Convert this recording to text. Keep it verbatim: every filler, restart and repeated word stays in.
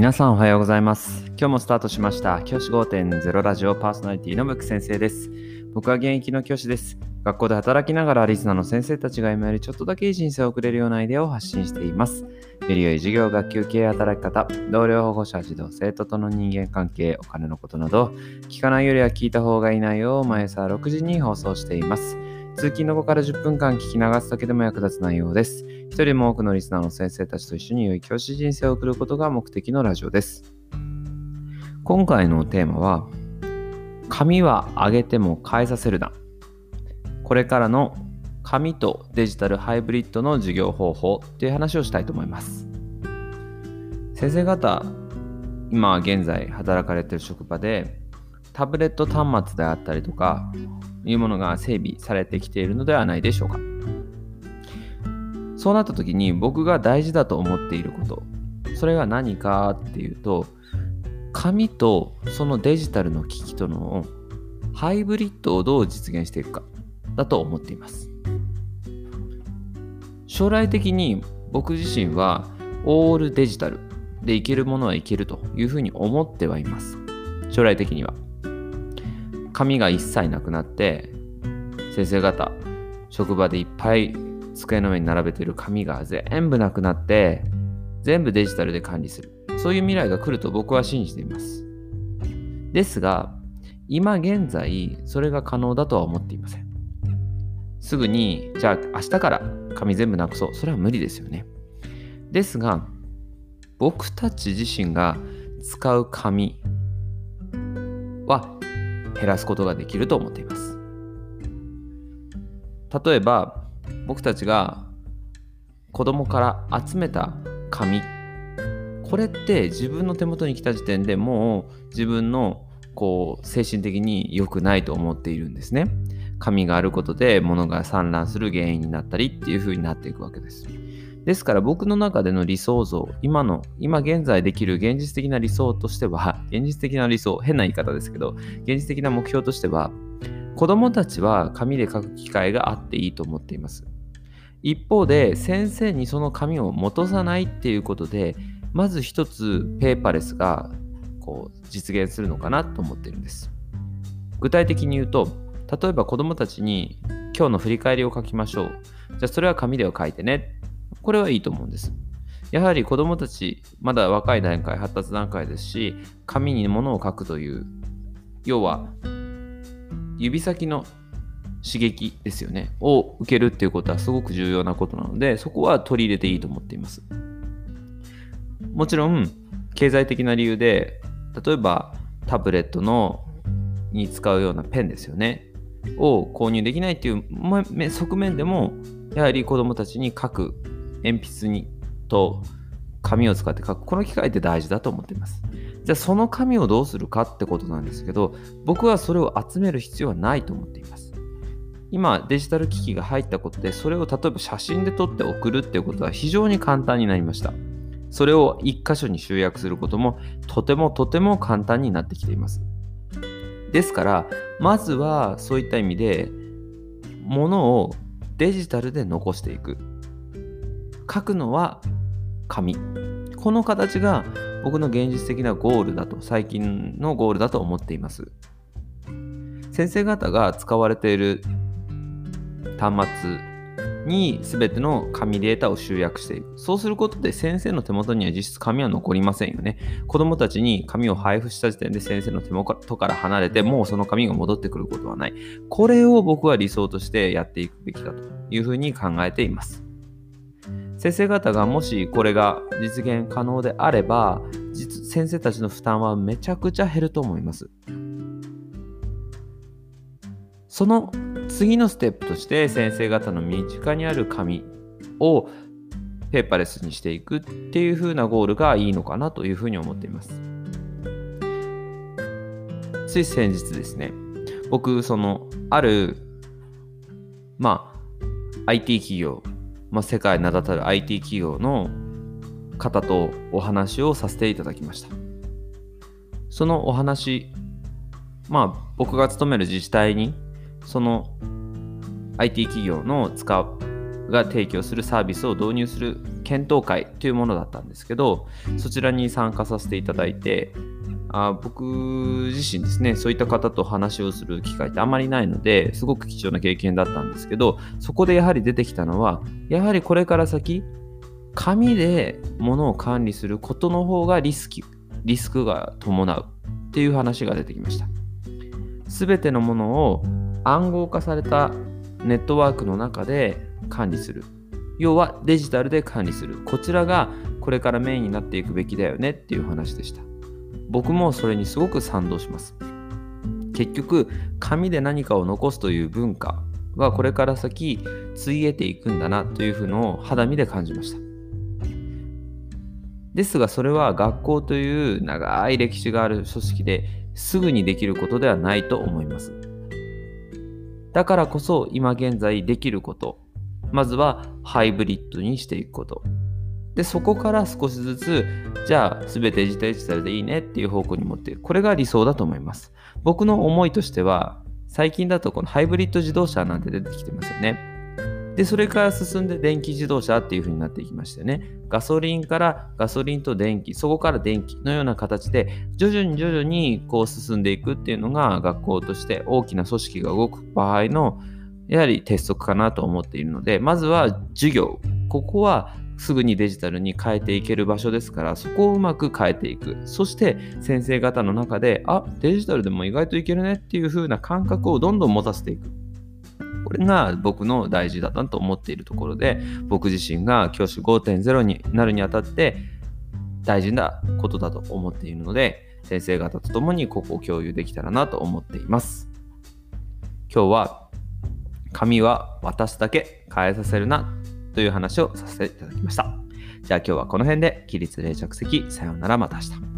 皆さんおはようございます。今日もスタートしました教師 ごてんゼロ ラジオパーソナリティのムック先生です。僕は現役の教師です。学校で働きながらリスナーの先生たちが今よりちょっとだけいい人生を送れるようなアイデアを発信しています。より良い授業、学級経営、働き方、同僚、保護者、児童、生徒との人間関係、お金のことなど聞かないよりは聞いた方がいい内容を毎朝ろくじに放送しています。通勤の後からじゅっぷんかん聞き流すだけでも役立つ内容です。一人でも多くのリスナーの先生たちと一緒に良い教師人生を送ることが目的のラジオです。今回のテーマは、紙はあげても返させるな。これからの紙とデジタルハイブリッドの授業方法という話をしたいと思います。先生方、今現在働かれている職場でタブレット端末であったりとかいうものが整備されてきているのではないでしょうか。そうなった時に僕が大事だと思っていること、それが何かっていうと、紙とそのデジタルの機器とのハイブリッドをどう実現していくかだと思っています。将来的に僕自身はオールデジタルでいけるものはいけるというふうに思ってはいます。将来的には紙が一切なくなって、先生方職場でいっぱい机の上に並べている紙が全部なくなって全部デジタルで管理する、そういう未来が来ると僕は信じています。ですが今現在それが可能だとは思っていません。すぐにじゃあ明日から紙全部なくそう、それは無理ですよね。ですが僕たち自身が使う紙は減らすことができると思っています。例えば僕たちが子供から集めた紙、これって自分の手元に来た時点でもう自分のこう精神的に良くないと思っているんですね。紙があることで物が散乱する原因になったりっていう風になっていくわけです。ですから僕の中での理想像、今の今現在できる現実的な理想としては、現実的な理想、変な言い方ですけど、現実的な目標としては、子どもたちは紙で書く機会があっていいと思っています。一方で先生にその紙を戻さないっていうことで、まず一つペーパーレスがこう実現するのかなと思っているんです。具体的に言うと、例えば子どもたちに今日の振り返りを書きましょう。じゃあそれは紙では書いてね。これはいいと思うんです。やはり子どもたちまだ若い段階、発達段階ですし、紙に物を書くという、要は指先の刺激ですよねを受けるっていうことはすごく重要なことなので、そこは取り入れていいと思っています。もちろん経済的な理由で、例えばタブレットのに使うようなペンですよねを購入できないっていう側面でも、やはり子どもたちに書く鉛筆にと紙を使って書く、この機会って大事だと思っています。じゃあその紙をどうするかってことなんですけど、僕はそれを集める必要はないと思っています。今デジタル機器が入ったことで、それを例えば写真で撮って送るっていうことは非常に簡単になりました。それを一箇所に集約することもとてもとても簡単になってきています。ですからまずはそういった意味で物をデジタルで残していく、書くのは紙、この形が僕の現実的なゴールだと、最近のゴールだと思っています。先生方が使われている端末に全ての紙データを集約していく。そうすることで先生の手元には実質紙は残りませんよね。子どもたちに紙を配布した時点で先生の手元から離れて、もうその紙が戻ってくることはない。これを僕は理想としてやっていくべきだというふうに考えています。先生方がもしこれが実現可能であれば、実先生たちの負担はめちゃくちゃ減ると思います。その次のステップとして先生方の身近にある紙をペーパーレスにしていくっていう風なゴールがいいのかなというふうに思っています。つい先日ですね、僕そのあるまあ アイティー 企業、まあ、世界名だたる アイティー 企業の方とお話をさせていただきました。そのお話、まあ僕が勤める自治体にその アイティー 企業の使うが提供するサービスを導入する検討会というものだったんですけど、そちらに参加させていただいて、あ僕自身ですね、そういった方と話をする機会ってあまりないので、すごく貴重な経験だったんですけど、そこでやはり出てきたのは、やはりこれから先紙で物を管理することの方がリスクリスクが伴うっていう話が出てきました。すべてのものを暗号化されたネットワークの中で管理する、要はデジタルで管理する、こちらがこれからメインになっていくべきだよねっていう話でした。僕もそれにすごく賛同します。結局紙で何かを残すという文化はこれから先ついえていくんだなというのを肌身で感じました。ですがそれは学校という長い歴史がある組織ですぐにできることではないと思います。だからこそ今現在できること、まずはハイブリッドにしていくこと。で、そこから少しずつ、じゃあ全てデジタルでいいねっていう方向に持っていく。これが理想だと思います。僕の思いとしては、最近だとこのハイブリッド自動車なんて出てきてますよね。で、それから進んで電気自動車っていう風になっていきましたよね。ガソリンからガソリンと電気、そこから電気のような形で徐々に徐々にこう進んでいくっていうのが学校として大きな組織が動く場合のやはり鉄則かなと思っているので、まずは授業、ここはすぐにデジタルに変えていける場所ですから、そこをうまく変えていく。そして先生方の中で、あ、デジタルでも意外といけるねっていう風な感覚をどんどん持たせていく。これが僕の大事だなと思っているところで、僕自身が教師 ごてんゼロ になるにあたって大事なことだと思っているので、先生方と共にここを共有できたらなと思っています。今日は紙は私だけ変えさせるなという話をさせていただきました。じゃあ今日はこの辺で起立例着席、さようなら、また明日。